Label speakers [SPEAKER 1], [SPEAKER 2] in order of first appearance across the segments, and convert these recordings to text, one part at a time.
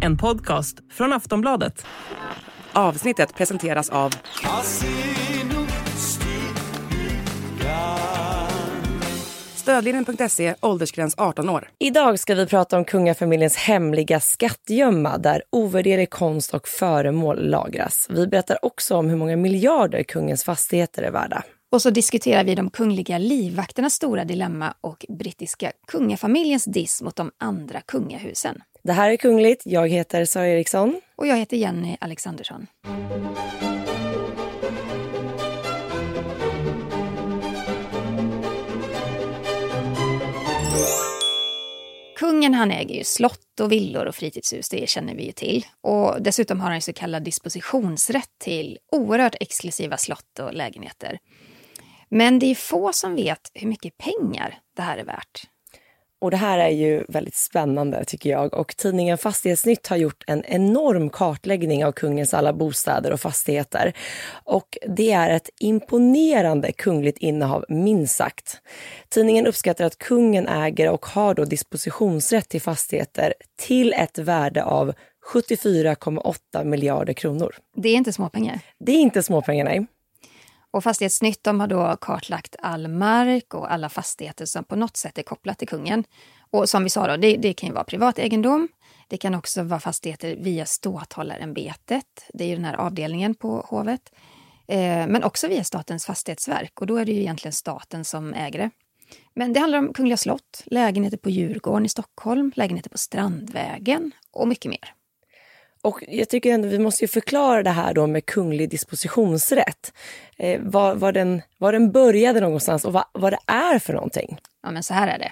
[SPEAKER 1] En podcast från Aftonbladet.
[SPEAKER 2] Avsnittet presenteras av Stödlinjen.se, åldersgräns 18 år.
[SPEAKER 3] Idag ska vi prata om kungafamiljens hemliga skattgömma där ovärderlig konst och föremål lagras. Vi berättar också om hur många miljarder kungens fastigheter är värda.
[SPEAKER 4] Och så diskuterar vi de kungliga livvakternas stora dilemma och brittiska kungafamiljens diss mot de andra kungahusen.
[SPEAKER 3] Det här är Kungligt. Jag heter Sara Eriksson.
[SPEAKER 4] Och jag heter Jenny Alexandersson. Kungen han äger ju slott och villor och fritidshus, det känner vi ju till. Och dessutom har han så kallad dispositionsrätt till oerhört exklusiva slott och lägenheter. Men det är få som vet hur mycket pengar det här är värt.
[SPEAKER 3] Och det här är ju väldigt spännande tycker jag. Och tidningen Fastighetsnytt har gjort en enorm kartläggning av kungens alla bostäder och fastigheter. Och det är ett imponerande kungligt innehav minst sagt. Tidningen uppskattar att kungen äger och har då dispositionsrätt till fastigheter till ett värde av 74,8 miljarder kronor.
[SPEAKER 4] Det är inte småpengar.
[SPEAKER 3] Det är inte småpengar, nej.
[SPEAKER 4] Och Fastighetsnytt de har då kartlagt all mark och alla fastigheter som på något sätt är kopplat till kungen. Och som vi sa då, det kan ju vara privat egendom. Det kan också vara fastigheter via ståthållarämbetet. Det är ju den här avdelningen på hovet. Men också via Statens fastighetsverk. Och då är det ju egentligen staten som äger det. Men det handlar om kungliga slott, lägenheter på Djurgården i Stockholm, lägenheter på Strandvägen och mycket mer.
[SPEAKER 3] Och jag tycker ändå vi måste ju förklara det här då med kunglig dispositionsrätt. Var den började någonstans och vad det är för någonting. Ja,
[SPEAKER 4] men så här är det.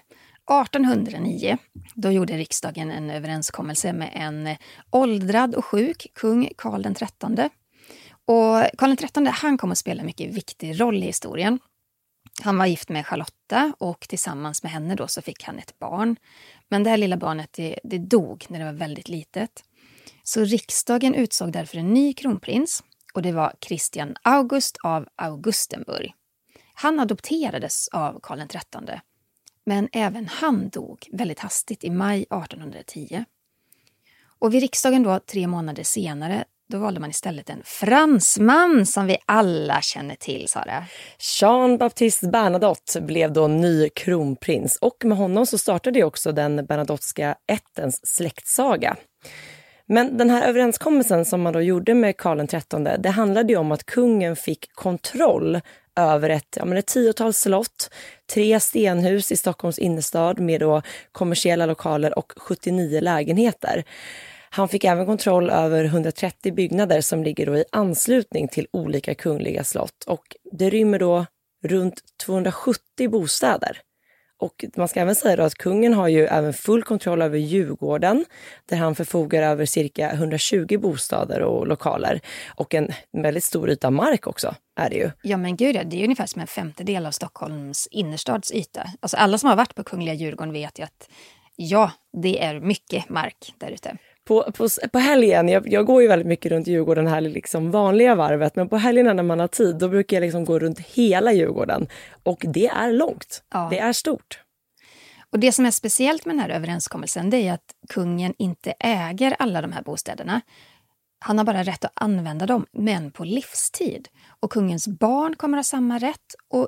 [SPEAKER 4] 1809, då gjorde riksdagen en överenskommelse med en åldrad och sjuk kung Karl XIII. Och Karl XIII han kom att spela en mycket viktig roll i historien. Han var gift med Charlotta och tillsammans med henne då så fick han ett barn. Men det här lilla barnet det dog när det var väldigt litet. Så riksdagen utsåg därför en ny kronprins och det var Christian August av Augustenburg. Han adopterades av Karl XIII, men även han dog väldigt hastigt i maj 1810. Och vid riksdagen då 3 månader senare, då valde man istället en fransman som vi alla känner till, Sara.
[SPEAKER 3] Jean-Baptiste Bernadotte blev då ny kronprins och med honom så startade också den Bernadotteska ättens släktsaga. Men den här överenskommelsen som man då gjorde med Karl XIII, det handlade ju om att kungen fick kontroll över ett 10-tal slott, 3 stenhus i Stockholms innerstad med då kommersiella lokaler och 79 lägenheter. Han fick även kontroll över 130 byggnader som ligger då i anslutning till olika kungliga slott och det rymmer då runt 270 bostäder. Och man ska även säga då att kungen har ju även full kontroll över Djurgården där han förfogar över cirka 120 bostäder och lokaler. Och en väldigt stor yta mark också är det ju.
[SPEAKER 4] Ja men gud, det är ju ungefär som en 1/5 av Stockholms innerstads yta. Alltså alla som har varit på kungliga Djurgården vet ju att ja, det är mycket mark där ute.
[SPEAKER 3] På helgen, jag går ju väldigt mycket runt Djurgården här liksom vanliga varvet, men på helgerna när man har tid då brukar jag liksom gå runt hela Djurgården och det är långt, ja. Det är stort.
[SPEAKER 4] Och det som är speciellt med den här överenskommelsen det är att kungen inte äger alla de här bostäderna. Han har bara rätt att använda dem, men på livstid. Och kungens barn kommer ha samma rätt och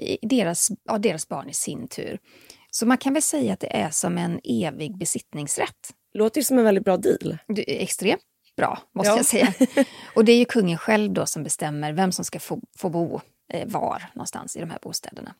[SPEAKER 4] deras barn i sin tur. Så man kan väl säga att det är som en evig besittningsrätt.
[SPEAKER 3] Låter ju som en väldigt bra deal.
[SPEAKER 4] Det är extremt bra, måste jag säga. Och det är ju kungen själv då som bestämmer vem som ska få bo var någonstans i de här bostäderna.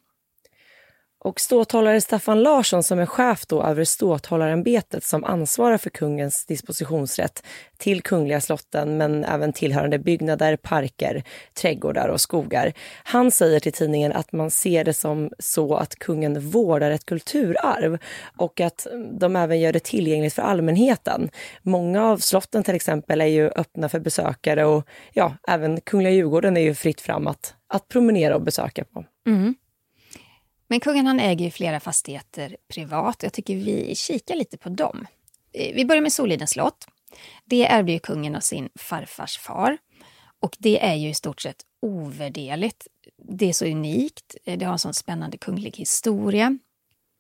[SPEAKER 3] Och ståthållare Staffan Larsson som är chef då över ståthållarämbetet som ansvarar för kungens dispositionsrätt till kungliga slotten men även tillhörande byggnader, parker, trädgårdar och skogar. Han säger till tidningen att man ser det som så att kungen vårdar ett kulturarv och att de även gör det tillgängligt för allmänheten. Många av slotten till exempel är ju öppna för besökare och ja, även Kungliga Djurgården är ju fritt fram att promenera och besöka på.
[SPEAKER 4] Mm. Men kungen han äger ju flera fastigheter privat. Jag tycker vi kikar lite på dem. Vi börjar med Solidens slott. Det ärvde ju kungen av sin farfars far. Och det är ju i stort sett ovärderligt. Det är så unikt. Det har en sån spännande kunglig historia.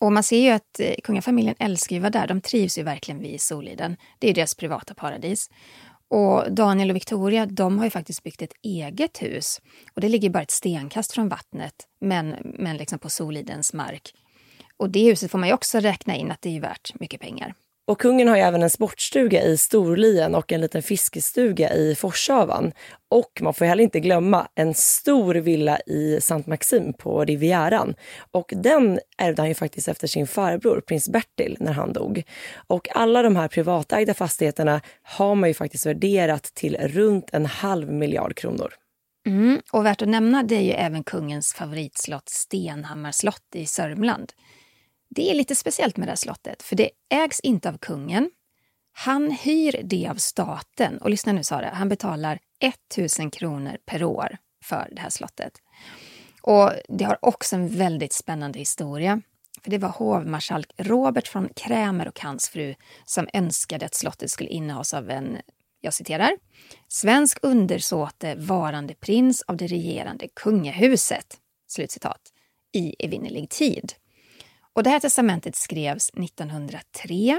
[SPEAKER 4] Och man ser ju att kungafamiljen älskar ju vara där. De trivs ju verkligen vid Soliden. Det är deras privata paradis. Och Daniel och Victoria, de har ju faktiskt byggt ett eget hus. Och det ligger bara ett stenkast från vattnet, men liksom på Solidens mark. Och det huset får man ju också räkna in att det är värt mycket pengar.
[SPEAKER 3] Och kungen har ju även en sportstuga i Storlien och en liten fiskestuga i Forshavan. Och man får heller inte glömma en stor villa i Saint-Maxime på Rivieran. Och den ärvde han ju faktiskt efter sin farbror, prins Bertil, när han dog. Och alla de här privatägda fastigheterna har man ju faktiskt värderat till runt 500 miljoner kronor.
[SPEAKER 4] Och värt att nämna, det är ju även kungens favoritslott Stenhammar slott i Sörmland. Det är lite speciellt med det här slottet, för det ägs inte av kungen. Han hyr det av staten. Och lyssna nu, Sara, han betalar 1000 kronor per år för det här slottet. Och det har också en väldigt spännande historia. För det var hovmarskalk Robert von Krämer och hans fru som önskade att slottet skulle innehas av en, jag citerar, svensk undersåte varande prins av det regerande kungahuset, slutcitat, i evinnerlig tid. Och det här testamentet skrevs 1903.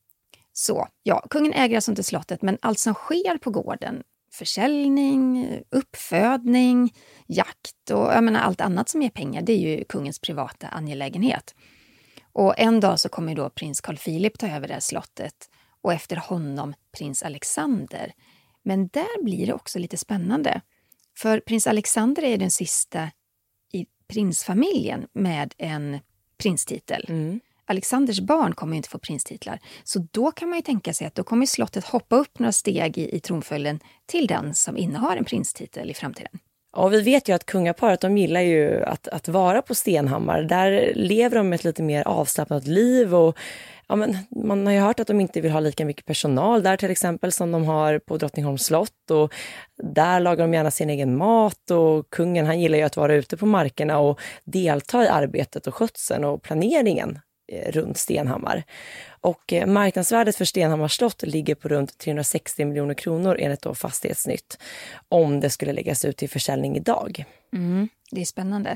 [SPEAKER 4] Så, ja, kungen äger alltså inte slottet, men allt som sker på gården, försäljning, uppfödning, jakt och allt annat som ger pengar, det är ju kungens privata angelägenhet. Och en dag så kommer då prins Carl Philip ta över det här slottet och efter honom prins Alexander. Men där blir det också lite spännande. För prins Alexander är den sista i prinsfamiljen med en prinstitel. Alexanders barn kommer ju inte få prinstitlar. Så då kan man ju tänka sig att då kommer slottet hoppa upp några steg i tronföljden till den som innehar en prinstitel i framtiden.
[SPEAKER 3] Och vi vet ju att kungaparet, de gillar ju att vara på Stenhammar. Där lever de med ett lite mer avslappnat liv och ja, men man har ju hört att de inte vill ha lika mycket personal där till exempel som de har på Drottningholms slott. Och där lagar de gärna sin egen mat och kungen, han gillar ju att vara ute på markerna och delta i arbetet och skötseln och planeringen runt Stenhammar. Och marknadsvärdet för Stenhammars slott ligger på runt 360 miljoner kronor enligt då Fastighetsnytt, om det skulle läggas ut till försäljning idag.
[SPEAKER 4] Det är spännande.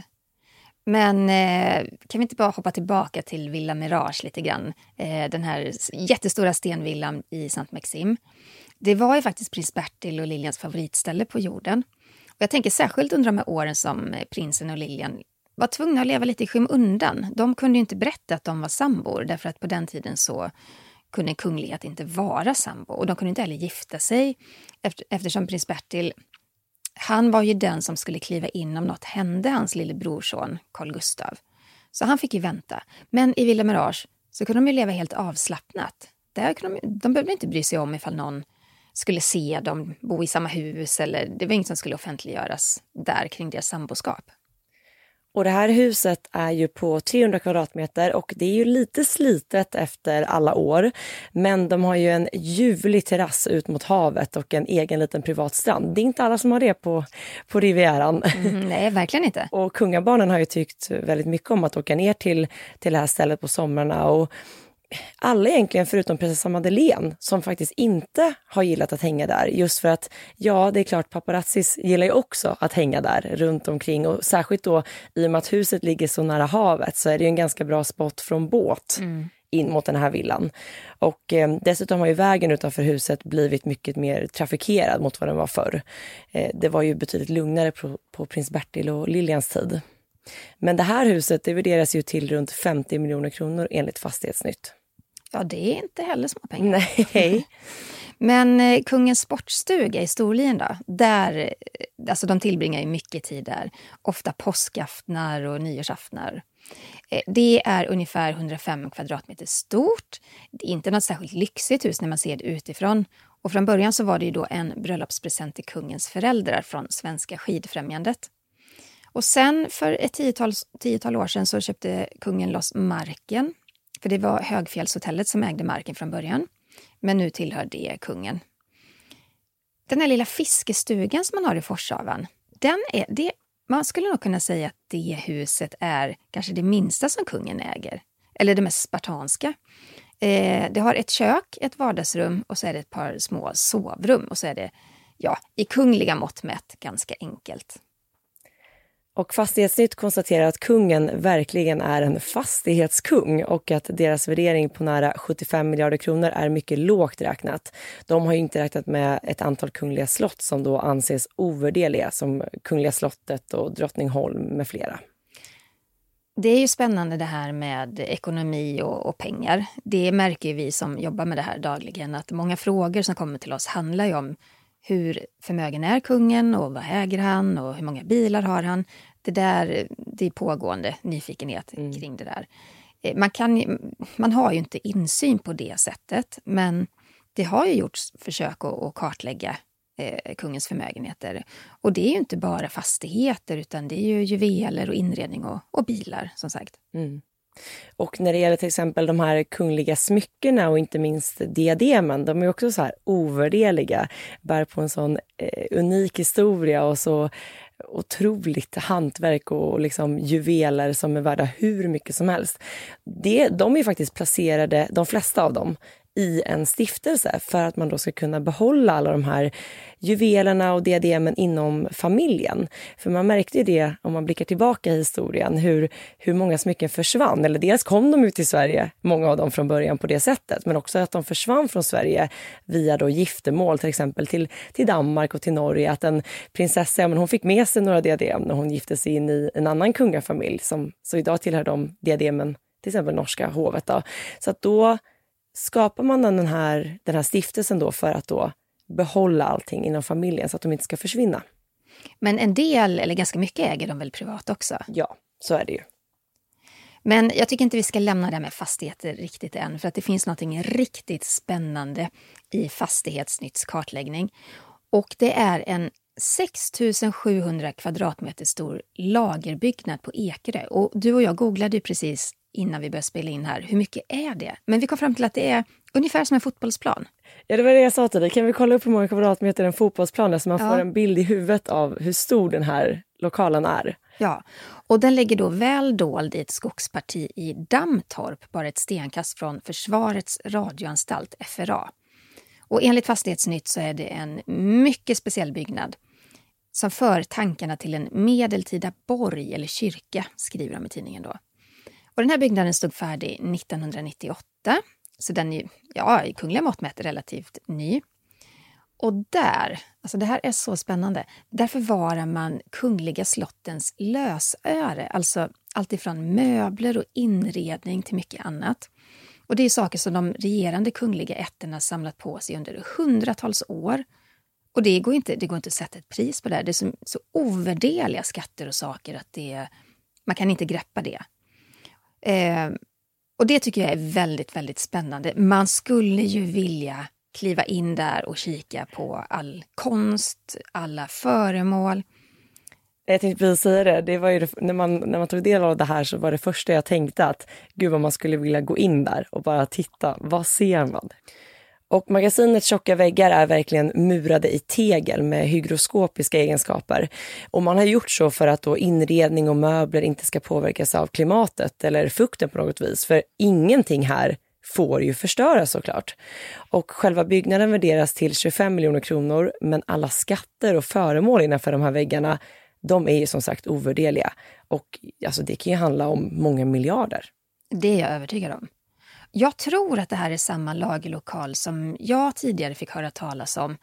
[SPEAKER 4] Men kan vi inte bara hoppa tillbaka till Villa Mirage lite grann? Den här jättestora stenvillan i Saint-Maxime. Det var ju faktiskt prins Bertil och Lilians favoritställe på jorden. Och jag tänker särskilt under de här åren som prinsen och Lilian var tvungna att leva lite i skymundan. De kunde ju inte berätta att de var sambor, därför att på den tiden så kunde en kunglighet inte vara sambo. Och de kunde inte heller gifta sig eftersom prins Bertil, han var ju den som skulle kliva in om något hände hans lille brorson Carl Gustav. Så han fick ju vänta. Men i Villa Mirage så kunde de ju leva helt avslappnat. Där kunde de behövde inte bry sig om ifall någon skulle se dem bo i samma hus, eller det var inget som skulle offentliggöras där kring deras samboskap.
[SPEAKER 3] Och det här huset är ju på 300 kvadratmeter och det är ju lite slitet efter alla år. Men de har ju en ljuvlig terrass ut mot havet och en egen liten privat strand. Det är inte alla som har det på Rivieran.
[SPEAKER 4] Nej, verkligen inte.
[SPEAKER 3] Och kungabarnen har ju tyckt väldigt mycket om att åka ner till det här stället på somrarna. Och alla egentligen förutom prinsessan Madeleine som faktiskt inte har gillat att hänga där. Just för att, ja, det är klart, paparazzis gillar ju också att hänga där runt omkring. Och särskilt då, i och med att huset ligger så nära havet, så är det ju en ganska bra spot från båt in mot den här villan. Och dessutom har ju vägen utanför huset blivit mycket mer trafikerad mot vad den var förr. Det var ju betydligt lugnare på prins Bertil och Lilians tid. Men det här huset, det värderas ju till runt 50 miljoner kronor enligt Fastighetsnytt.
[SPEAKER 4] Ja, det är inte heller små pengar.
[SPEAKER 3] Nej.
[SPEAKER 4] Men kungens sportstuga i Storlien då, där, alltså de tillbringar ju mycket tid där. Ofta påskaftnar och nyårsaftnar. Det är ungefär 105 kvadratmeter stort. Det är inte något särskilt lyxigt hus när man ser det utifrån. Och från början så var det ju då en bröllopspresent till kungens föräldrar från Svenska skidfrämjandet. Och sen för ett tiotal år sedan så köpte kungen loss marken. För det var Högfjällshotellet som ägde marken från början. Men nu tillhör det kungen. Den här lilla fiskestugan som man har i Forshavan, man skulle nog kunna säga att det huset är kanske det minsta som kungen äger. Eller det mest spartanska. Det har ett kök, ett vardagsrum och så är det ett par små sovrum. Och så är det, ja, i kungliga mått mätt ganska enkelt.
[SPEAKER 3] Och Fastighetsnytt konstaterar att kungen verkligen är en fastighetskung och att deras värdering på nära 75 miljarder kronor är mycket lågt räknat. De har ju inte räknat med ett antal kungliga slott som då anses ovärdeliga, som Kungliga slottet och Drottningholm med flera.
[SPEAKER 4] Det är ju spännande det här med ekonomi och pengar. Det märker vi som jobbar med det här dagligen, att många frågor som kommer till oss handlar ju om hur förmögen är kungen och vad äger han och hur många bilar har han. Det är pågående nyfikenhet kring det där. Man har ju inte insyn på det sättet, men det har ju gjorts försök att kartlägga kungens förmögenheter. Och det är ju inte bara fastigheter, utan det är ju juveler och inredning och bilar, som sagt. Mm.
[SPEAKER 3] Och när det gäller till exempel de här kungliga smyckena och inte minst diademen, de är också så här ovärdeliga, bär på en sån unik historia och så otroligt hantverk och liksom juveler som är värda hur mycket som helst. De är faktiskt placerade, de flesta av dem, i en stiftelse för att man då ska kunna behålla alla de här juvelerna och diademen inom familjen. För man märkte ju det, om man blickar tillbaka i historien, hur många smycken försvann. Eller dels kom de ut till Sverige, många av dem från början på det sättet, men också att de försvann från Sverige via då giftermål, till exempel till Danmark och till Norge. Att en prinsessa, men hon fick med sig några diadem när hon gifte sig in i en annan kungafamilj, så idag tillhör de diademen till exempel norska hovet. Då. Så att då skapar man den här stiftelsen då för att då behålla allting inom familjen så att de inte ska försvinna.
[SPEAKER 4] Men en del, eller ganska mycket, äger de väl privat också?
[SPEAKER 3] Ja, så är det ju.
[SPEAKER 4] Men jag tycker inte vi ska lämna det med fastigheter riktigt än, för att det finns något riktigt spännande i Fastighetsnytts kartläggning. Och det är en 6700 kvadratmeter stor lagerbyggnad på Ekerö. Och du och jag googlade ju precis innan vi började spela in här. Hur mycket är det? Men vi kom fram till att det är ungefär som en fotbollsplan. Ja,
[SPEAKER 3] det var det jag sa till dig. Kan vi kolla upp hur många kvadratmeter en fotbollsplan är så man får en bild i huvudet av hur stor den här lokalen är?
[SPEAKER 4] Ja, och den ligger då väl dold i ett skogsparti i Dammtorp, bara ett stenkast från Försvarets radioanstalt, FRA. Och enligt Fastighetsnytt så är det en mycket speciell byggnad som för tankarna till en medeltida borg eller kyrka, skriver de i tidningen då. Och den här byggnaden stod färdig 1998, så den är i kungliga mått mätt relativt ny. Och alltså det här är så spännande, där förvarar man kungliga slottens lösöre, alltså allt ifrån möbler och inredning till mycket annat. Och det är saker som de regerande kungliga ätterna samlat på sig under hundratals år. Och det går inte att sätta ett pris på det. Det är så ovärdeliga skatter och saker att man kan inte greppa det. Och det tycker jag är väldigt, väldigt spännande. Man skulle ju vilja kliva in där och kika på all konst, alla föremål.
[SPEAKER 3] Jag tänkte precis säga det var ju när man tog del av det här så var det första jag tänkte att gud vad man skulle vilja gå in där och bara titta, vad ser man? Och magasinets tjocka väggar är verkligen murade i tegel med hygroskopiska egenskaper. Och man har gjort så för att då inredning och möbler inte ska påverkas av klimatet eller fukten på något vis. För ingenting här får ju förstöras såklart. Och själva byggnaden värderas till 25 miljoner kronor, men alla skatter och föremål innanför de här väggarna, de är ju som sagt ovärdeliga. Och alltså, det kan ju handla om många miljarder.
[SPEAKER 4] Det är jag övertygad om. Jag tror att det här är samma lagerlokal som jag tidigare fick höra talas om.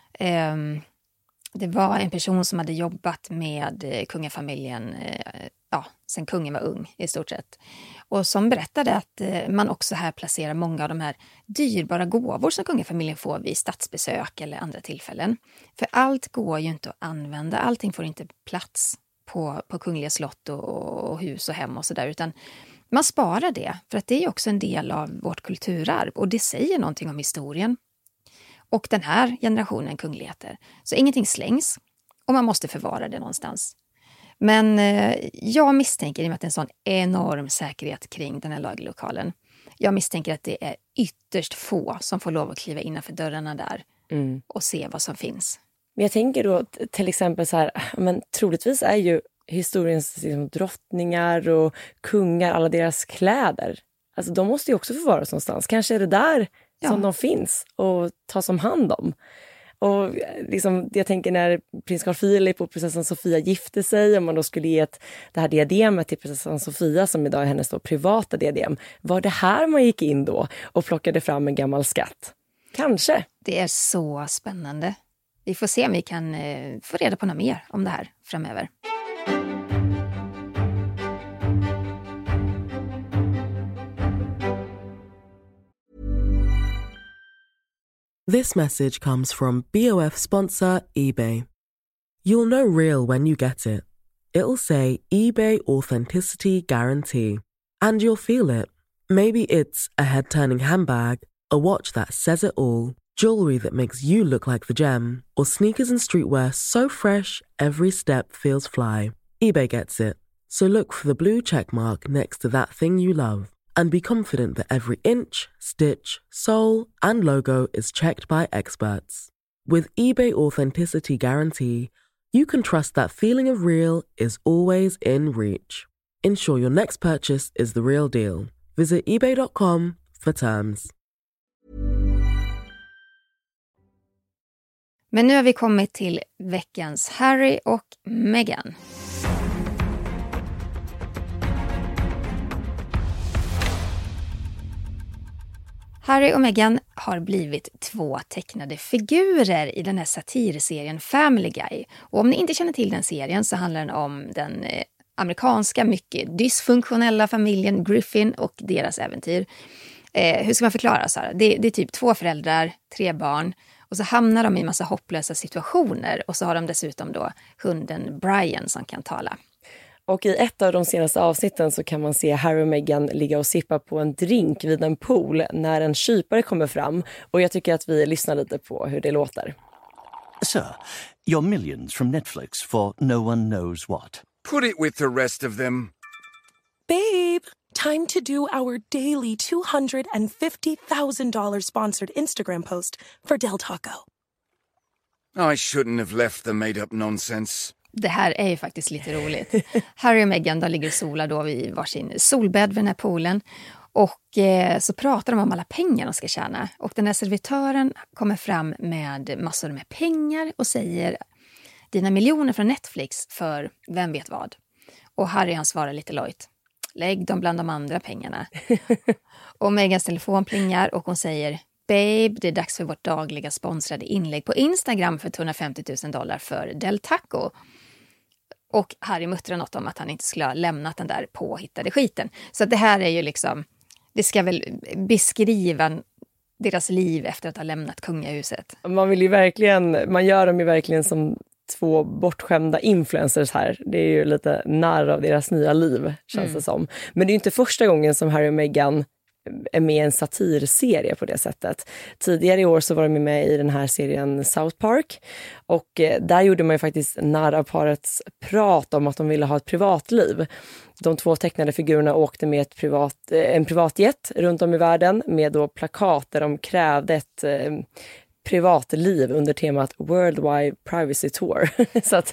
[SPEAKER 4] Det var en person som hade jobbat med kungafamiljen sen kungen var ung i stort sett. Och som berättade att man också här placerar många av de här dyrbara gåvor som kungafamiljen får vid statsbesök eller andra tillfällen. För allt går ju inte att använda, allting får inte plats på kungliga slott och hus och hem och sådär, utan man sparar det, för att det är också en del av vårt kulturarv och det säger någonting om historien. Och den här generationen kungligheter. Så ingenting slängs och man måste förvara det någonstans. Men jag misstänker, i och med att det är en sån enorm säkerhet kring den här lagerlokalen, jag misstänker att det är ytterst få som får lov att kliva innanför dörrarna där och se vad som finns.
[SPEAKER 3] Men jag tänker då till exempel så här, men troligtvis är ju historiens liksom, drottningar och kungar, alla deras kläder. Alltså de måste ju också förvaras någonstans. Kanske är det där som de finns och tas om hand om. Och liksom, jag tänker när prins Carl Philip och prinsessan Sofia gifte sig, om man då skulle ge det här diademet till prinsessan Sofia som idag är hennes då privata diadem. Var det här man gick in då och plockade fram en gammal skatt? Kanske.
[SPEAKER 4] Det är så spännande. Vi får se om vi kan få reda på något mer om det här framöver.
[SPEAKER 5] This message comes from BOF sponsor eBay. You'll know real when you get it. It'll say eBay Authenticity Guarantee. And you'll feel it. Maybe it's a head-turning handbag, a watch that says it all, jewelry that makes you look like the gem, or sneakers and streetwear so fresh every step feels fly. eBay gets it. So look for the blue check mark next to that thing you love. And be confident that every inch, stitch, sole, and logo is checked by experts. With eBay Authenticity Guarantee, you can trust that feeling of real is always in reach. Ensure your next purchase is the real deal. Visit ebay.com for terms.
[SPEAKER 4] Men nu har vi kommit till veckans Harry och Meghan. Harry och Meghan har blivit 2 tecknade figurer i den här satirserien Family Guy. Och om ni inte känner till den serien så handlar den om den amerikanska, mycket dysfunktionella familjen Griffin och deras äventyr. Hur ska man förklara så här? Det är typ 2 föräldrar, 3 barn. Och så hamnar de i en massa hopplösa situationer. Och så har de dessutom då hunden Brian som kan tala.
[SPEAKER 3] Och i ett av de senaste avsnitten så kan man se Harry och Meghan ligga och sippa på en drink vid en pool när en kypare kommer fram. Och jag tycker att vi lyssnar lite på hur det låter.
[SPEAKER 6] Sir, your millions from Netflix for no one knows what.
[SPEAKER 7] Put it with the rest of them.
[SPEAKER 1] Babe, time to do our daily $250,000 sponsored Instagram post for Del Taco.
[SPEAKER 7] I shouldn't have left the made-up nonsense.
[SPEAKER 4] Det här är ju faktiskt lite roligt. Harry och Meghan ligger och solar då vid varsin solbädd vid den här poolen. Och så pratar de om alla pengar de ska tjäna. Och den här servitören kommer fram med massor med pengar och säger dina miljoner från Netflix för vem vet vad. Och Harry han svarar lite lojt. Lägg dem bland de andra pengarna. Och Meghans telefon plingar och hon säger babe, det är dags för vårt dagliga sponsrade inlägg på Instagram för $250,000 för Del Taco. Och Harry muttrar något om att han inte skulle ha lämnat den där påhittade skiten. Så det här är ju liksom, det ska väl beskriva deras liv efter att ha lämnat kungahuset.
[SPEAKER 3] Man vill ju verkligen, man gör dem ju verkligen som 2 bortskämda influencers här. Det är ju lite narr av deras nya liv, känns det som. Men det är ju inte första gången som Harry och Meghan är med i en satirserie på det sättet. Tidigare i år så var de med i den här serien South Park och där gjorde man ju faktiskt narr av parets prat om att de ville ha ett privatliv. De 2 tecknade figurerna åkte med en privatjet runt om i världen med då plakat där de krävde ett privatliv under temat Worldwide Privacy Tour. Så att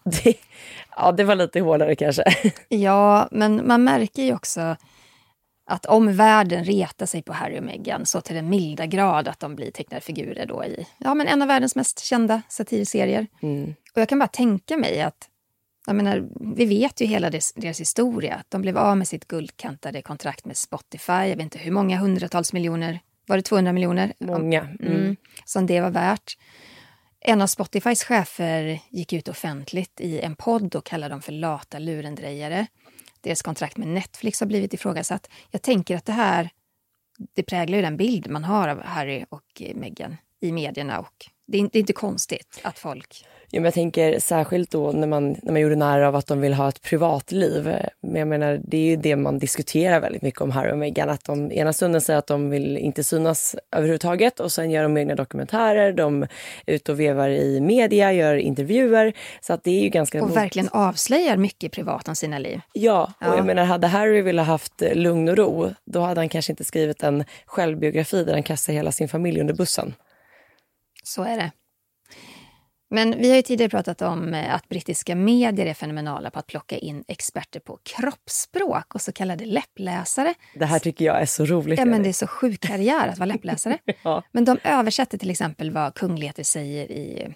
[SPEAKER 3] det var lite hårdare kanske.
[SPEAKER 4] Ja, men man märker ju också att om världen retar sig på Harry och Meghan så till den milda grad att de blir tecknade figurer då i en av världens mest kända satirserier. Och jag kan bara tänka mig att jag menar, vi vet ju hela deras historia. Att de blev av med sitt guldkantade kontrakt med Spotify. Jag vet inte hur många hundratals miljoner. Var det 200 miljoner?
[SPEAKER 3] Många.
[SPEAKER 4] Som det var värt. En av Spotifys chefer gick ut offentligt i en podd och kallade dem för lata lurendrejare. Deras kontrakt med Netflix har blivit ifrågasatt. Jag tänker att det präglar ju den bild man har av Harry och Meghan i medierna. Och det är inte konstigt att folk...
[SPEAKER 3] Ja, men jag tänker särskilt då när man gjorde nära av att de vill ha ett privatliv. Men jag menar, det är ju det man diskuterar väldigt mycket om Harry och Meghan. Att de ena stunden säger att de vill inte synas överhuvudtaget. Och sen gör de egna dokumentärer. De är ute och vevar i media, gör intervjuer. Så att det är ju ganska...
[SPEAKER 4] Och verkligen avslöjar mycket privat om sina liv.
[SPEAKER 3] Ja, och jag menar, hade Harry velat haft lugn och ro, då hade han kanske inte skrivit en självbiografi där han kastar hela sin familj under bussen.
[SPEAKER 4] Så är det. Men vi har ju tidigare pratat om att brittiska medier är fenomenala på att plocka in experter på kroppsspråk och så kallade läppläsare.
[SPEAKER 3] Det här tycker jag är så roligt.
[SPEAKER 4] Ja, men det är så sjuk karriär att vara läppläsare.
[SPEAKER 3] Ja.
[SPEAKER 4] Men de översätter till exempel vad kungligheter säger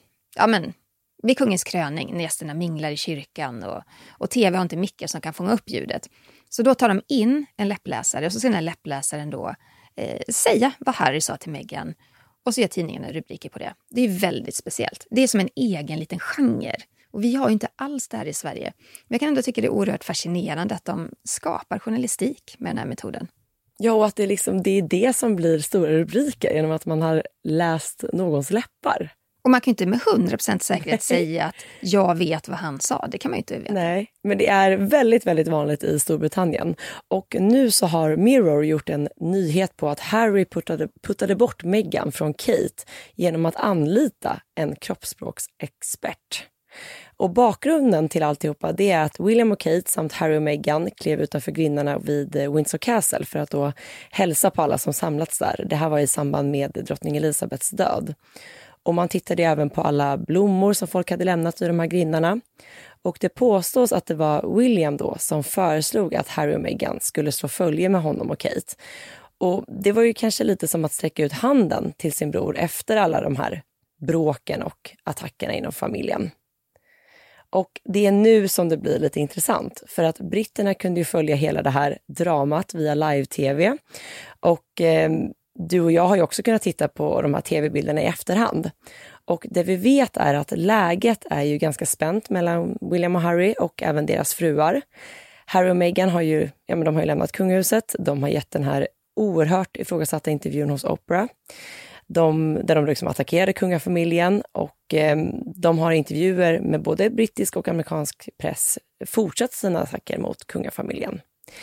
[SPEAKER 4] vid kungens kröning när gästerna minglar i kyrkan och tv har inte mickar som kan fånga upp ljudet. Så då tar de in en läppläsare och så ser den här läppläsaren då säga vad Harry sa till Meghan. Och så gör tidningarna rubriker på det. Det är väldigt speciellt. Det är som en egen liten genre. Och vi har ju inte alls det här i Sverige. Men jag kan ändå tycka det är oerhört fascinerande att de skapar journalistik med den här metoden.
[SPEAKER 3] Ja, och att det är det som blir stora rubriker genom att man har läst någons läppar.
[SPEAKER 4] Och man kan ju inte med 100% säkerhet säga att jag vet vad han sa. Det kan man ju inte veta.
[SPEAKER 3] Nej, men det är väldigt, väldigt vanligt i Storbritannien. Och nu så har Mirror gjort en nyhet på att Harry puttade bort Meghan från Kate genom att anlita en kroppsspråksexpert. Och bakgrunden till alltihopa det är att William och Kate samt Harry och Meghan klev utanför grindarna vid Windsor Castle för att då hälsa på alla som samlats där. Det här var i samband med drottning Elizabeths död. Och man tittade även på alla blommor som folk hade lämnat i de här grindarna. Och det påstås att det var William då som föreslog att Harry och Meghan skulle slå följe med honom och Kate. Och det var ju kanske lite som att sträcka ut handen till sin bror efter alla de här bråken och attackerna inom familjen. Och det är nu som det blir lite intressant för att britterna kunde ju följa hela det här dramat via live-tv och du och jag har ju också kunnat titta på de här tv-bilderna i efterhand. Och det vi vet är att läget är ju ganska spänt mellan William och Harry och även deras fruar. Harry och Meghan har ju lämnat kungahuset. De har gett den här oerhört ifrågasatta intervjun hos Oprah. Där de liksom attackerade kungafamiljen och de har intervjuer med både brittisk och amerikansk press fortsatt sina attacker mot kungafamiljen.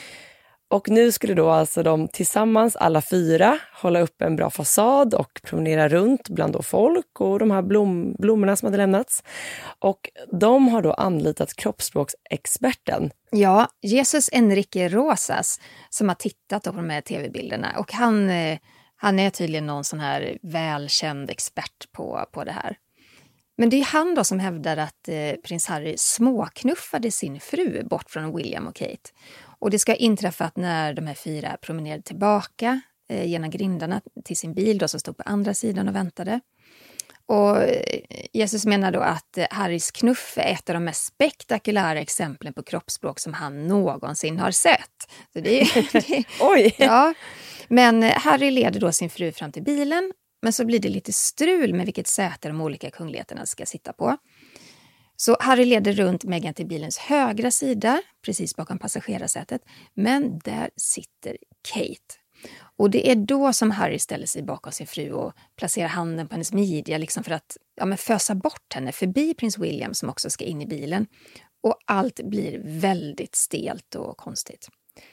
[SPEAKER 3] Och nu skulle då alltså de tillsammans, alla fyra, hålla upp en bra fasad och promenera runt bland då folk och de här blommorna som hade lämnats. Och de har då anlitat kroppsspråksexperten.
[SPEAKER 4] Ja, Jesus Enrique Rosas som har tittat på de här tv-bilderna. Och han är tydligen någon sån här välkänd expert på det här. Men det är han då som hävdar att prins Harry småknuffade sin fru bort från William och Kate. Och det ska ha inträffat när de här fyra promenerade tillbaka genom grindarna till sin bil då, som stod på andra sidan och väntade. Och Jesus menar då att Harrys knuff är ett av de mest spektakulära exemplen på kroppsspråk som han någonsin har sett. Så det
[SPEAKER 3] Oj!
[SPEAKER 4] Ja, men Harry leder då sin fru fram till bilen. Men så blir det lite strul med vilket säte de olika kungligheterna ska sitta på. Så Harry leder runt Meghan till bilens högra sida, precis bakom passagerarsätet. Men där sitter Kate. Och det är då som Harry ställer sig bakom sin fru och placerar handen på hennes midja liksom för att fösa bort henne förbi prins William som också ska in i bilen. Och allt blir väldigt stelt och konstigt.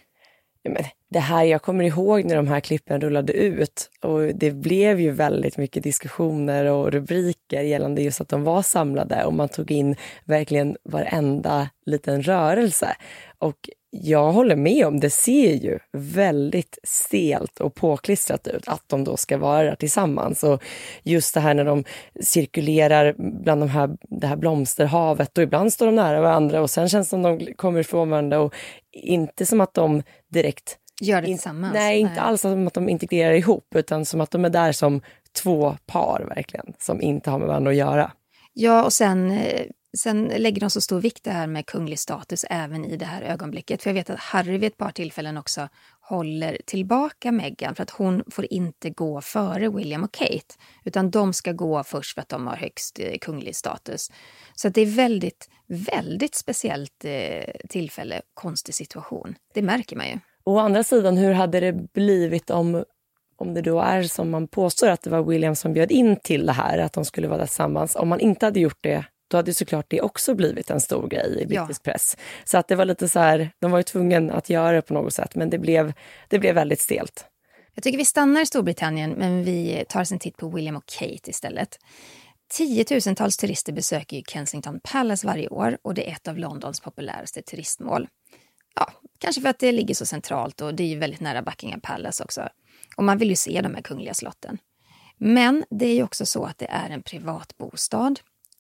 [SPEAKER 3] Men det här, jag kommer ihåg när de här klippen rullade ut och det blev ju väldigt mycket diskussioner och rubriker gällande just att de var samlade och man tog in verkligen varenda liten rörelse. Och jag håller med om, det ser ju väldigt stelt och påklistrat ut att de då ska vara där tillsammans. Och just det här när de cirkulerar bland det här blomsterhavet och ibland står de nära varandra och sen känns det som de kommer ifrån varandra och inte som att de direkt
[SPEAKER 4] gör det tillsammans.
[SPEAKER 3] Nej, inte alls som att de integrerar ihop utan som att de är där som två par verkligen som inte har med varandra att göra.
[SPEAKER 4] Ja, och sen lägger de så stor vikt det här med kunglig status även i det här ögonblicket. För jag vet att Harry vid ett par tillfällen också håller tillbaka Meghan för att hon får inte gå före William och Kate. Utan de ska gå först för att de har högst kunglig status. Så att det är väldigt, väldigt speciellt tillfälle, konstig situation. Det märker man ju.
[SPEAKER 3] Å andra sidan, hur hade det blivit om det då är som man påstår att det var William som bjöd in till det här, att de skulle vara tillsammans. Om man inte hade gjort det, då hade såklart det också blivit en stor grej i brittisk press. Så att det var lite så här, de var ju tvungna att göra det på något sätt, men det blev väldigt stelt.
[SPEAKER 4] Jag tycker vi stannar i Storbritannien, men vi tar oss en titt på William och Kate istället. 10 000-tals turister besöker ju Kensington Palace varje år och det är ett av Londons populäraste turistmål. Ja, kanske för att det ligger så centralt och det är ju väldigt nära Buckingham Palace också. Och man vill ju se de här kungliga slotten. Men det är ju också så att det är en privat bostad.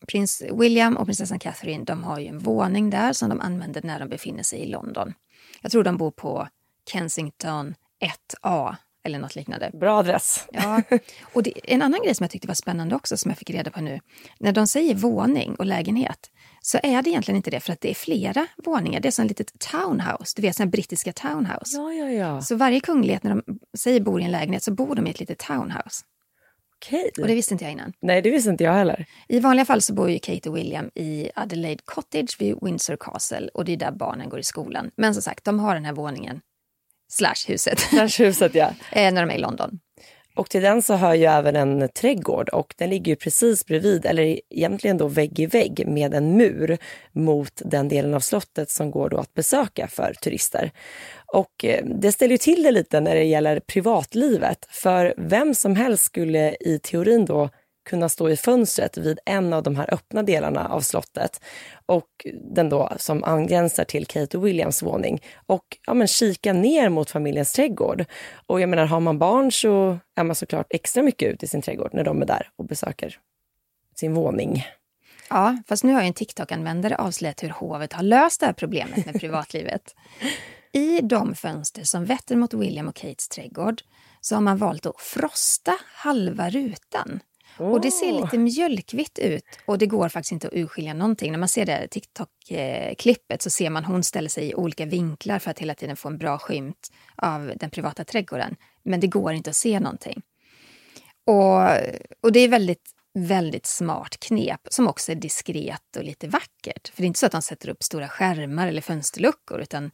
[SPEAKER 4] Prins William och prinsessan Catherine, de har ju en våning där som de använder när de befinner sig i London. Jag tror de bor på Kensington 1A eller något liknande.
[SPEAKER 3] Bra adress.
[SPEAKER 4] Ja, och en annan grej som jag tyckte var spännande också som jag fick reda på nu. När de säger våning och lägenhet så är det egentligen inte det för att det är flera våningar. Det är som ett litet townhouse, du vet sådana brittiska townhouse.
[SPEAKER 3] Ja.
[SPEAKER 4] Så varje kunglighet när de säger bor i en lägenhet så bor de i ett litet townhouse.
[SPEAKER 3] Okej.
[SPEAKER 4] Och det visste inte jag innan.
[SPEAKER 3] Nej, det visste inte jag heller.
[SPEAKER 4] I vanliga fall så bor ju Kate och William i Adelaide Cottage vid Windsor Castle och det är där barnen går i skolan. Men som sagt, de har den här våningen /huset.
[SPEAKER 3] Huset, ja.
[SPEAKER 4] När de är i London.
[SPEAKER 3] Och till den så hör ju även en trädgård och den ligger ju precis bredvid, eller egentligen då vägg i vägg med en mur mot den delen av slottet som går då att besöka för turister. Och det ställer ju till det lite när det gäller privatlivet, för vem som helst skulle i teorin då kunna stå i fönstret vid en av de här öppna delarna av slottet och den då som angränsar till Kate och Williams våning och kika ner mot familjens trädgård. Och jag menar, har man barn så är man såklart extra mycket ute i sin trädgård när de är där och besöker sin våning.
[SPEAKER 4] Ja, fast nu har ju en TikTok-användare avslöjat hur hovet har löst det här problemet med privatlivet. I de fönster som vetter mot William och Kates trädgård så har man valt att frosta halva rutan. Och det ser lite mjölkvitt ut och det går faktiskt inte att urskilja någonting. När man ser det TikTok-klippet så ser man hon ställer sig i olika vinklar för att hela tiden få en bra skymt av den privata trädgården. Men det går inte att se någonting. Och det är väldigt, väldigt smart knep som också är diskret och lite vackert. För det är inte så att de sätter upp stora skärmar eller fönsterluckor utan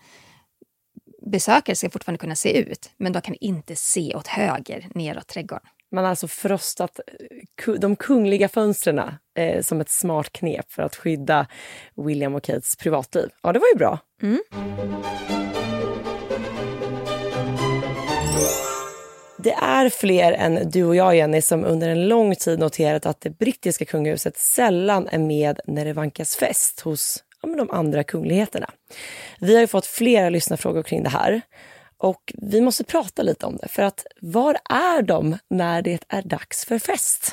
[SPEAKER 4] besökare ska fortfarande kunna se ut. Men de kan inte se åt höger neråt trädgården.
[SPEAKER 3] Man har alltså frostat de kungliga fönstren som ett smart knep för att skydda William och Kates privatliv. Ja, det var ju bra.
[SPEAKER 4] Mm.
[SPEAKER 3] Det är fler än du och jag, Jenny, som under en lång tid noterat att det brittiska kungahuset sällan är med när det vankas fest hos de andra kungligheterna. Vi har ju fått flera lyssnarfrågor kring det här. Och vi måste prata lite om det, för att var är de när det är dags för fest?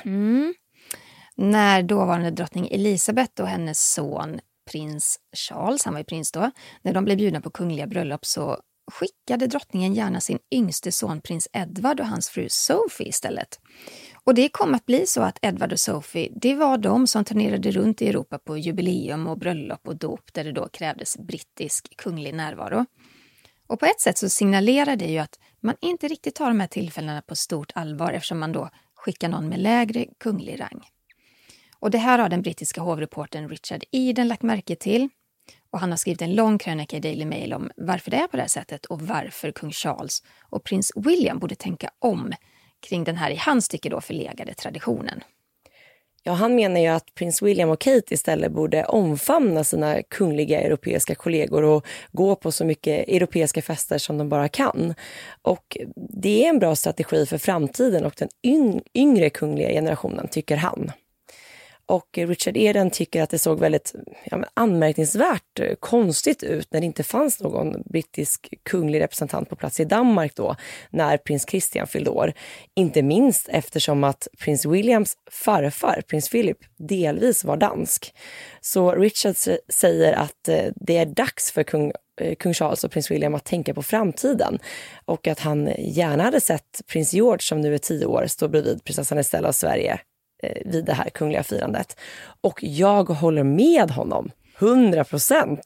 [SPEAKER 4] När dåvarande drottning Elisabeth och hennes son prins Charles, han var ju prins då, när de blev bjudna på kungliga bröllop så skickade drottningen gärna sin yngste son prins Edward och hans fru Sophie istället. Och det kom att bli så att Edward och Sophie, det var de som turnerade runt i Europa på jubileum och bröllop och dop där det då krävdes brittisk kunglig närvaro. Och på ett sätt så signalerar det ju att man inte riktigt tar de här tillfällena på stort allvar eftersom man då skickar någon med lägre kunglig rang. Och det här har den brittiska hovreportern Richard Eden lagt märke till. Och han har skrivit en lång krönika i Daily Mail om varför det är på det här sättet och varför kung Charles och prins William borde tänka om kring den här i hans tycke då förlegade traditionen.
[SPEAKER 3] Ja, han menar ju att prins William och Kate istället borde omfamna sina kungliga europeiska kollegor och gå på så mycket europeiska fester som de bara kan. Och det är en bra strategi för framtiden och den yngre kungliga generationen, tycker han. Och Richard Eden tycker att det såg väldigt anmärkningsvärt konstigt ut när det inte fanns någon brittisk kunglig representant på plats i Danmark då, när prins Christian fyllde år. Inte minst eftersom att prins Williams farfar, prins Philip, delvis var dansk. Så Richard säger att det är dags för kung Charles och prins William att tänka på framtiden och att han gärna hade sett prins George, som nu är 10 år, stå bredvid prinsessan Estella av Sverige vid det här kungliga firandet. Och jag håller med honom. 100%.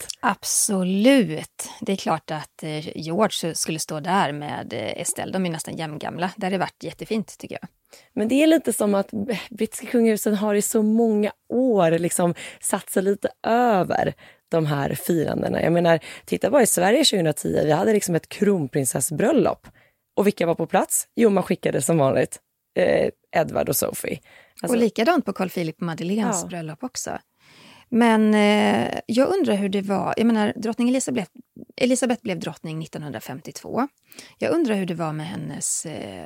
[SPEAKER 4] Absolut. Det är klart att George skulle stå där med Estelle. De är nästan jämngamla. Det hade varit jättefint tycker jag.
[SPEAKER 3] Men det är lite som att brittiska kungahusen har i så många år liksom satt sig lite över de här firandena. Jag menar, titta bara i Sverige 2010. Vi hade liksom ett kronprinsessbröllop. Och vilka var på plats? Jo, man skickade som vanligt Edward och Sophie. Alltså,
[SPEAKER 4] och likadant på Carl Philip och Madeleines bröllop också. Men jag undrar hur det var. Jag menar, drottning Elisabeth blev drottning 1952. Jag undrar hur det var med hennes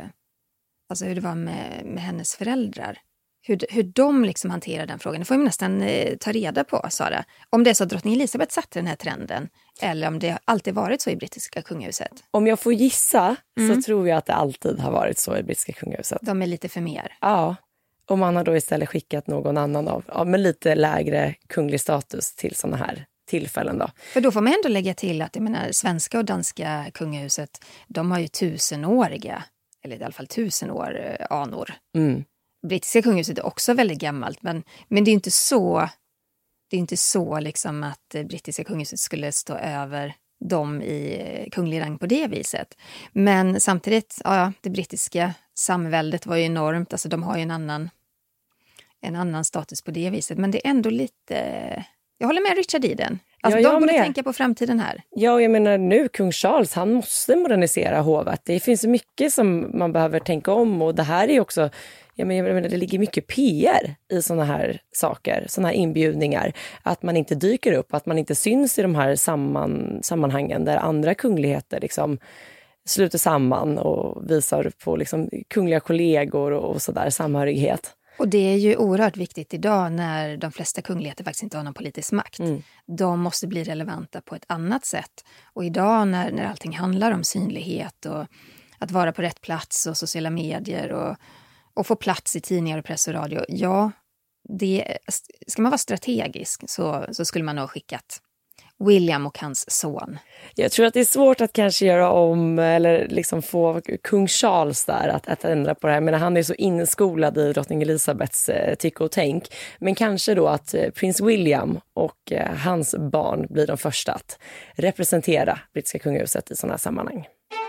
[SPEAKER 4] med hennes föräldrar. Hur de liksom hanterar den frågan. Det får man nästan ta reda på, Sara. Om det är så att drottning Elisabeth satte den här trenden eller om det alltid varit så i brittiska kungahuset.
[SPEAKER 3] Om jag får gissa så tror jag att det alltid har varit så i brittiska kungahuset.
[SPEAKER 4] De är lite för mer.
[SPEAKER 3] Ja. Och man har då istället skickat någon annan med lite lägre kunglig status till sådana här tillfällen då.
[SPEAKER 4] För då får man ändå lägga till att svenska och danska kungahuset, de har ju 1000-åriga, eller i alla fall 1000 år anor.
[SPEAKER 3] Mm.
[SPEAKER 4] Brittiska kungahuset är också väldigt gammalt, men det är inte så liksom att brittiska kungahuset skulle stå över dem i kunglig rang på det viset. Men samtidigt, det brittiska samväldet var ju enormt, alltså de har ju en annan status på det viset, men det är ändå lite... Jag håller med Richard i den. Alltså de borde tänka på framtiden här.
[SPEAKER 3] Ja, jag menar nu, kung Charles, han måste modernisera hovet. Det finns mycket som man behöver tänka om, och det här är också... Jag menar, det ligger mycket PR i såna här saker, såna här inbjudningar. Att man inte dyker upp, att man inte syns i de här sammanhangen där andra kungligheter liksom sluter samman och visar på liksom kungliga kollegor och sådär, samhörighet.
[SPEAKER 4] Och det är ju oerhört viktigt idag när de flesta kungligheter faktiskt inte har någon politisk makt. De måste bli relevanta på ett annat sätt. Och idag när allting handlar om synlighet och att vara på rätt plats och sociala medier och få plats i tidningar och press och radio. Ja, ska man vara strategisk så skulle man nog ha skickat William och hans son. Jag
[SPEAKER 3] tror att det är svårt att kanske göra om eller liksom få kung Charles där att ändra på det här. Men han är så inskolad i drottning Elisabeths tycke och tänk. Men kanske då att prins William och hans barn blir de första att representera brittiska kungahuset i sådana här sammanhang.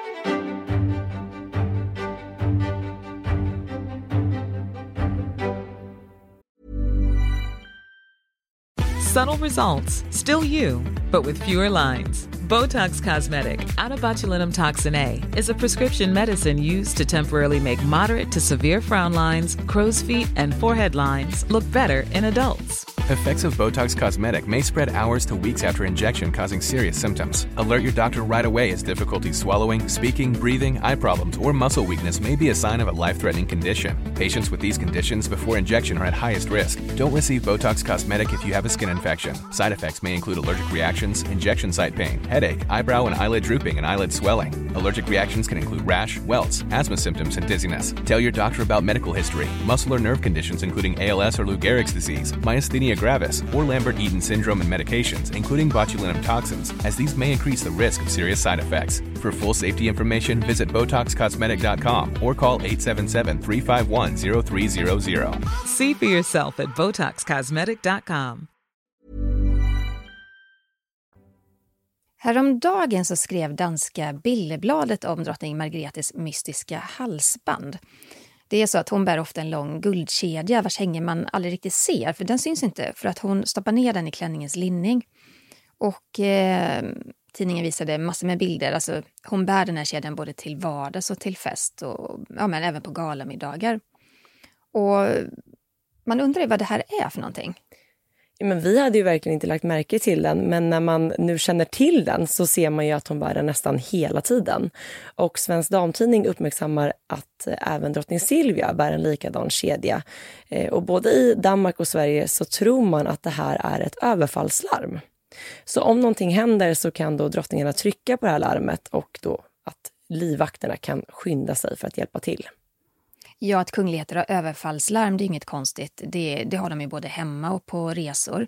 [SPEAKER 8] Subtle results, still you, but with fewer lines. Botox Cosmetic, out of botulinum toxin A, is a prescription medicine used to temporarily make moderate to severe frown lines, crow's feet, and forehead lines look better in adults.
[SPEAKER 9] Effects of Botox Cosmetic may spread hours to weeks after injection, causing serious symptoms. Alert your doctor right away as difficulty swallowing, speaking, breathing, eye problems, or muscle weakness may be a sign of a life-threatening condition. Patients with these conditions before injection are at highest risk. Don't receive Botox Cosmetic if you have a skin infection. Side effects may include allergic reactions, injection site pain, headache, eyebrow and eyelid drooping, and eyelid swelling. Allergic reactions can include rash, welts, asthma symptoms, and dizziness. Tell your doctor about medical history, muscle or nerve conditions including ALS or Lou Gehrig's disease, myasthenia gravis, or Lambert-Eaton syndrome and medications, including botulinum toxins, as these may increase the risk of serious side effects. For full safety information, visit BotoxCosmetic.com or call 877-351-0300.
[SPEAKER 8] See for yourself at BotoxCosmetic.com.
[SPEAKER 4] Häromdagen så skrev danska Billebladet om drottning Margretes mystiska halsband. Det är så att hon bär ofta en lång guldkedja vars hänger man aldrig riktigt ser, för den syns inte, för att hon stoppar ner den i klänningens linning. Och tidningen visade massor med bilder. Alltså, hon bär den här kedjan både till vardags och till fest och men även på galamiddagar. Och man undrar vad det här är för någonting.
[SPEAKER 3] Ja, men vi hade ju verkligen inte lagt märke till den, men när man nu känner till den så ser man ju att hon bär den nästan hela tiden. Och Svensk Damtidning uppmärksammar att även drottning Silvia bär en likadan kedja. Och både i Danmark och Sverige så tror man att det här är ett överfallslarm. Så om någonting händer så kan då drottningarna trycka på det här larmet och då att livvakterna kan skynda sig för att hjälpa till.
[SPEAKER 4] Ja, att kungligheter har överfallslarm, det är inget konstigt. Det har de ju både hemma och på resor.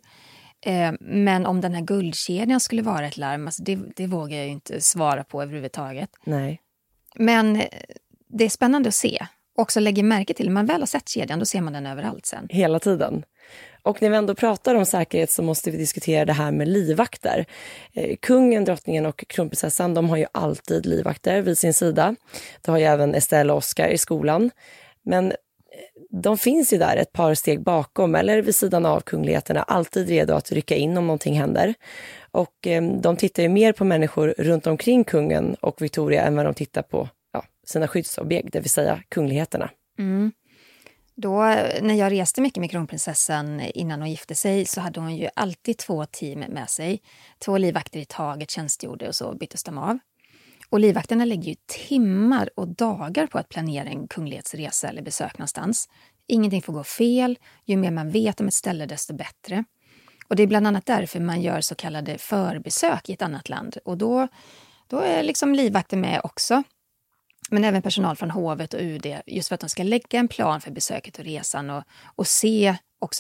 [SPEAKER 4] Men om den här guldkedjan skulle vara ett larm, alltså det vågar jag ju inte svara på överhuvudtaget.
[SPEAKER 3] Nej.
[SPEAKER 4] Men det är spännande att se. Också lägger märke till, när man väl har sett kedjan, då ser man den överallt sen.
[SPEAKER 3] Hela tiden. Och när vi ändå pratar om säkerhet så måste vi diskutera det här med livvakter. Kungen, drottningen och kronprinsessan, de har ju alltid livvakter vid sin sida. Det har ju även Estelle och Oscar i skolan. Men de finns ju där ett par steg bakom eller vid sidan av kungligheterna, alltid redo att rycka in om någonting händer. Och de tittar ju mer på människor runt omkring kungen och Victoria än vad de tittar på sina skyddsobjekt, det vill säga kungligheterna.
[SPEAKER 4] Mm. Då, när jag reste mycket med kronprinsessan innan hon gifte sig, så hade hon ju alltid 2 team med sig. 2 livvakter i taget tjänstgjorde och så byttes de av. Och livvakterna lägger ju timmar och dagar på att planera en kunglighetsresa eller besök någonstans. Ingenting får gå fel. Ju mer man vet om ett ställe, desto bättre. Och det är bland annat därför man gör så kallade förbesök i ett annat land. Och då är liksom livvakter med också. Men även personal från hovet och UD, just för att de ska lägga en plan för besöket och resan och se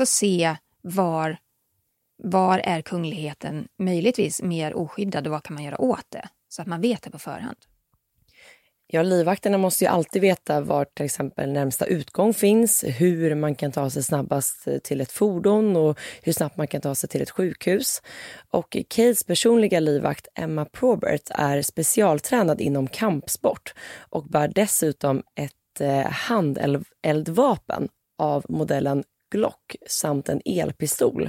[SPEAKER 4] var är kungligheten möjligtvis mer oskyddad och vad kan man göra åt det? Så att man vet det på förhand.
[SPEAKER 3] Ja, livvakterna måste ju alltid veta var till exempel närmsta utgång finns, hur man kan ta sig snabbast till ett fordon och hur snabbt man kan ta sig till ett sjukhus. Och Kates personliga livvakt Emma Probert är specialtränad inom kampsport och bär dessutom ett handeldvapen av modellen Glock samt en elpistol.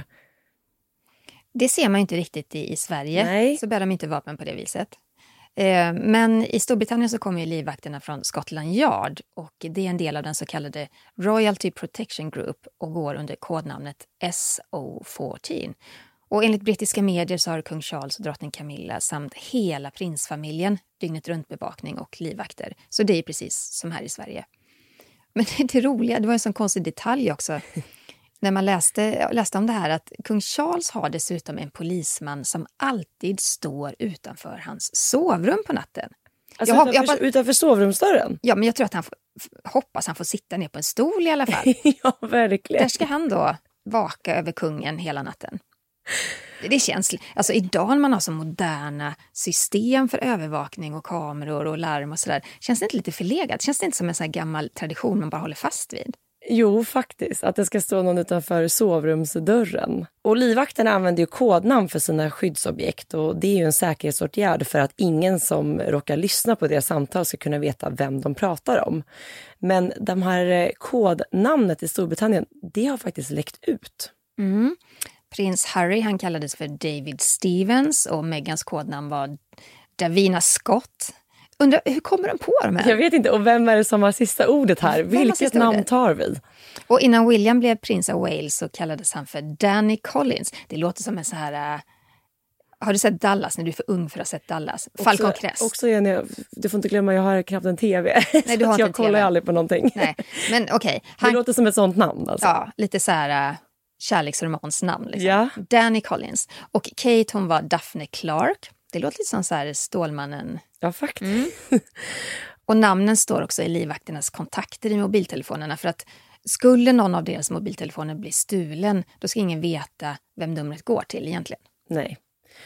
[SPEAKER 4] Det ser man ju inte riktigt i Sverige.
[SPEAKER 3] Nej.
[SPEAKER 4] Så bär de inte vapen på det viset. Men i Storbritannien så kommer ju livvakterna från Scotland Yard och det är en del av den så kallade Royalty Protection Group och går under kodnamnet SO14. Och enligt brittiska medier så har kung Charles och drottning Camilla samt hela prinsfamiljen dygnet runt bevakning och livvakter. Så det är precis som här i Sverige. Men det roliga, det var en sån konstig detalj också. När man läste om det här att kung Charles har dessutom en polisman som alltid står utanför hans sovrum på natten.
[SPEAKER 3] Alltså utanför sovrumsdörren?
[SPEAKER 4] Ja, men jag tror att hoppas han får sitta ner på en stol i alla fall.
[SPEAKER 3] Ja, verkligen.
[SPEAKER 4] Där ska han då vaka över kungen hela natten. Det känns, alltså idag när man har så moderna system för övervakning och kameror och larm och sådär, känns det inte lite förlegat? Känns det inte som en sån här gammal tradition man bara håller fast vid?
[SPEAKER 3] Jo, faktiskt. Att det ska stå någon utanför sovrumsdörren. Och livvakterna använder ju kodnamn för sina skyddsobjekt och det är ju en säkerhetsåtgärd för att ingen som råkar lyssna på deras samtal ska kunna veta vem de pratar om. Men de här kodnamnet i Storbritannien, det har faktiskt läckt ut.
[SPEAKER 4] Mm. Prins Harry, han kallades för David Stevens och Meghans kodnamn var Davina Scott. Undrar, hur kommer de på de här?
[SPEAKER 3] Jag vet inte, och vem är det som har sista ordet här? Vilket namn tar vi?
[SPEAKER 4] Och innan William blev prins av Wales så kallades han för Danny Collins. Det låter som en så här... har du sett Dallas när du är för ung för att ha sett Dallas? Falcon Crest.
[SPEAKER 3] Också Jenny, du får inte glömma, jag har knappt en tv.
[SPEAKER 4] Nej, du har inte
[SPEAKER 3] jag kollar aldrig på någonting.
[SPEAKER 4] Nej, men okej.
[SPEAKER 3] Det låter som ett sånt namn alltså.
[SPEAKER 4] Ja, lite så här... kärleksromans namn. Liksom.
[SPEAKER 3] Ja.
[SPEAKER 4] Danny Collins. Och Kate, hon var Daphne Clark. Det låter lite som så här Stålmannen.
[SPEAKER 3] Ja, faktiskt.
[SPEAKER 4] Och namnen står också i livvakternas kontakter i mobiltelefonerna. För att skulle någon av deras mobiltelefoner bli stulen, då ska ingen veta vem numret går till egentligen.
[SPEAKER 3] Nej.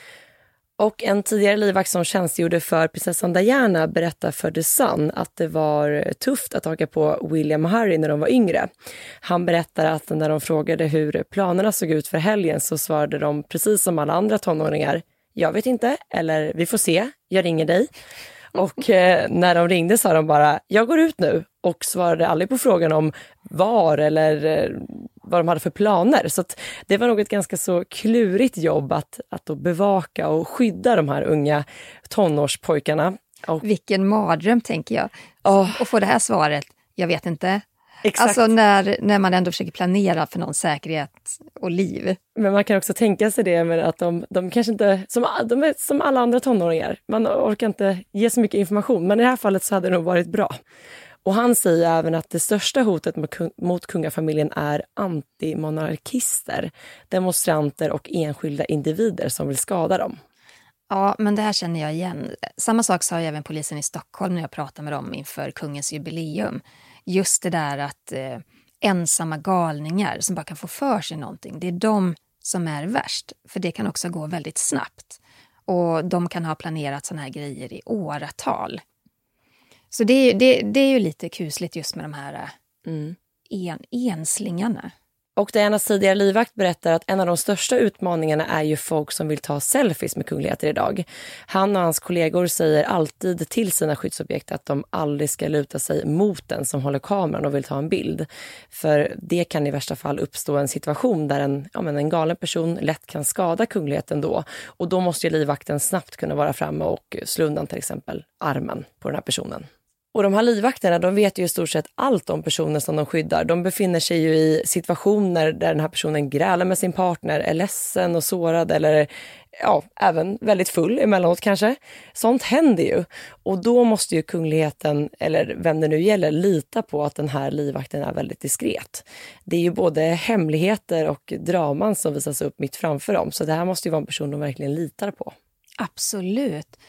[SPEAKER 3] Och en tidigare livvakt som tjänstgjorde för prinsessan Diana berättar för The Sun att det var tufft att haka på William och Harry när de var yngre. Han berättar att när de frågade hur planerna såg ut för helgen så svarade de precis som alla andra tonåringar: jag vet inte, eller vi får se, jag ringer dig. Och när de ringde sa de bara, jag går ut nu, och svarade aldrig på frågan om var eller vad de hade för planer. Så att det var nog ett ganska så klurigt jobb att då bevaka och skydda de här unga tonårspojkarna. Och
[SPEAKER 4] vilken mardröm, tänker jag. Och få det här svaret, jag vet inte.
[SPEAKER 3] Exakt.
[SPEAKER 4] Alltså när man ändå försöker planera för någon säkerhet och liv.
[SPEAKER 3] Men man kan också tänka sig det med att de kanske inte, de är som alla andra tonåringar. Man orkar inte ge så mycket information, men i det här fallet så hade det nog varit bra. Och han säger även att det största hotet mot kungafamiljen är antimonarkister, demonstranter och enskilda individer som vill skada dem.
[SPEAKER 4] Ja, men det här känner jag igen. Samma sak sa ju även polisen i Stockholm när jag pratade med dem inför kungens jubileum. Just det där att ensamma galningar som bara kan få för sig någonting, det är de som är värst. För det kan också gå väldigt snabbt. Och de kan ha planerat såna här grejer i åratal. Så det är ju lite kusligt just med de här enslingarna.
[SPEAKER 3] Och Dianas tidigare livvakt berättar att en av de största utmaningarna är ju folk som vill ta selfies med kungligheter idag. Han och hans kollegor säger alltid till sina skyddsobjekt att de aldrig ska luta sig mot den som håller kameran och vill ta en bild. För det kan i värsta fall uppstå en situation där en galen person lätt kan skada kungligheten då. Och då måste ju livvakten snabbt kunna vara framme och slå undan till exempel armen på den här personen. Och de här livvakterna, de vet ju i stort sett allt om personen som de skyddar. De befinner sig ju i situationer där den här personen grälar med sin partner, är ledsen och sårad eller även väldigt full emellanåt kanske. Sånt händer ju. Och då måste ju kungligheten, eller vem det nu gäller, lita på att den här livvakten är väldigt diskret. Det är ju både hemligheter och draman som visas upp mitt framför dem. Så det här måste ju vara en person de verkligen litar på.
[SPEAKER 4] Absolut.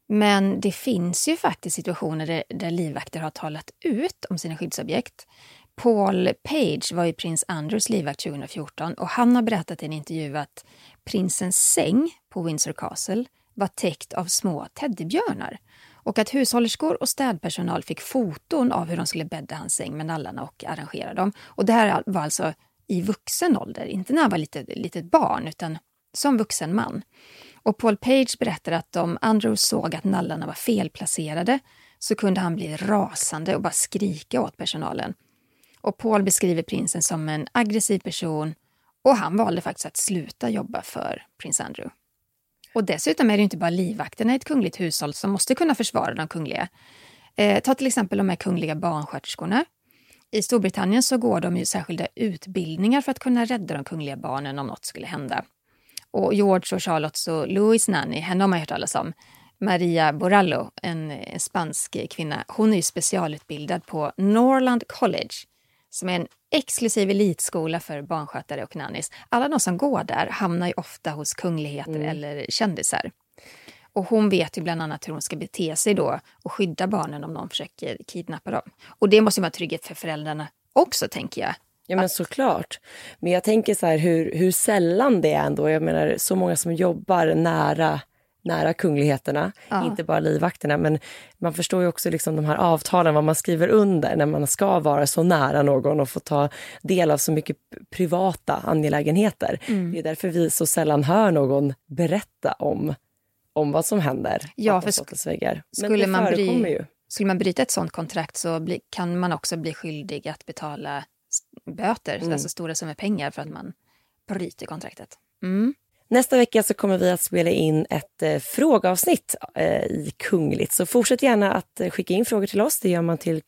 [SPEAKER 4] Men det finns ju faktiskt situationer där livvakter har talat ut om sina skyddsobjekt. Paul Page var ju prins Andrews livvakt 2014 och han har berättat i en intervju att prinsens säng på Windsor Castle var täckt av små teddybjörnar och att hushållerskor och städpersonal fick foton av hur de skulle bädda hans säng med nallarna och arrangera dem. Och det här var alltså i vuxen ålder, inte när han var litet barn utan som vuxen man. Och Paul Page berättar att om Andrews såg att nallarna var felplacerade så kunde han bli rasande och bara skrika åt personalen. Och Paul beskriver prinsen som en aggressiv person och han valde faktiskt att sluta jobba för prins Andrew. Och dessutom är det inte bara livvakterna i ett kungligt hushåll som måste kunna försvara de kungliga. Ta till exempel de här kungliga barnsköterskorna. I Storbritannien så går de ju särskilda utbildningar för att kunna rädda de kungliga barnen om något skulle hända. Och George och Charlotte och Louis nanny, henne har man hört talas om. Maria Borrallo, en spansk kvinna, hon är ju specialutbildad på Norland College som är en exklusiv elitskola för barnskötare och nannies. Alla de som går där hamnar ju ofta hos kungligheter eller kändisar. Och hon vet ju bland annat hur hon ska bete sig då och skydda barnen om någon försöker kidnappa dem. Och det måste ju vara trygghet för föräldrarna också, tänker jag.
[SPEAKER 3] Ja, men såklart. Men jag tänker så här hur sällan det är ändå. Jag menar så många som jobbar nära kungligheterna, inte bara livvakterna. Men man förstår ju också liksom de här avtalen, vad man skriver under när man ska vara så nära någon och få ta del av så mycket privata angelägenheter. Det är därför vi så sällan hör någon berätta om vad som händer.
[SPEAKER 4] Ja, för skulle man bryta ett sånt kontrakt så kan man också bli skyldig att betala böter, alltså stora summor pengar för att man bryter kontraktet.
[SPEAKER 3] Nästa vecka så kommer vi att spela in ett frågeavsnitt i Kungligt. Så fortsätt gärna att skicka in frågor till oss. Det gör man till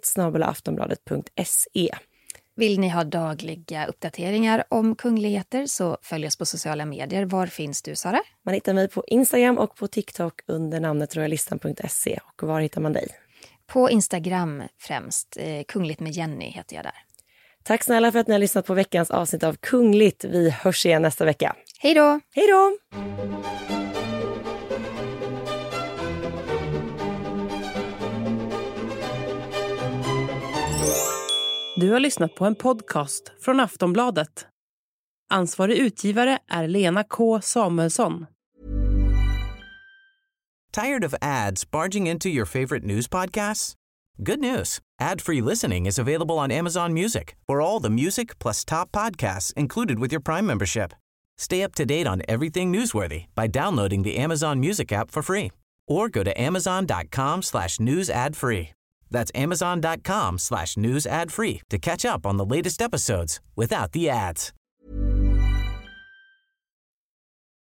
[SPEAKER 3] kungligt@aftonbladet.se.
[SPEAKER 4] Vill ni ha dagliga uppdateringar om kungligheter så följ oss på sociala medier. Var finns du, Sara?
[SPEAKER 3] Man hittar mig på Instagram och på TikTok under namnet royalistan.se. Och var hittar man dig?
[SPEAKER 4] På Instagram främst. Kungligt med Jenny heter jag där.
[SPEAKER 3] Tack snälla för att ni har lyssnat på veckans avsnitt av Kungligt. Vi hörs igen nästa vecka.
[SPEAKER 4] Hej då!
[SPEAKER 3] Hej då!
[SPEAKER 2] Du har lyssnat på en podcast från Aftonbladet. Ansvarig utgivare är Lena K. Samuelsson.
[SPEAKER 10] Tired of ads barging into your favorite news podcasts? Good news. Ad-free listening is available on Amazon Music for all the music plus top podcasts included with your Prime membership. Stay up to date on everything newsworthy by downloading the Amazon Music app for free or go to amazon.com/news ad free. That's amazon.com/news ad free to catch up on the latest episodes without the ads.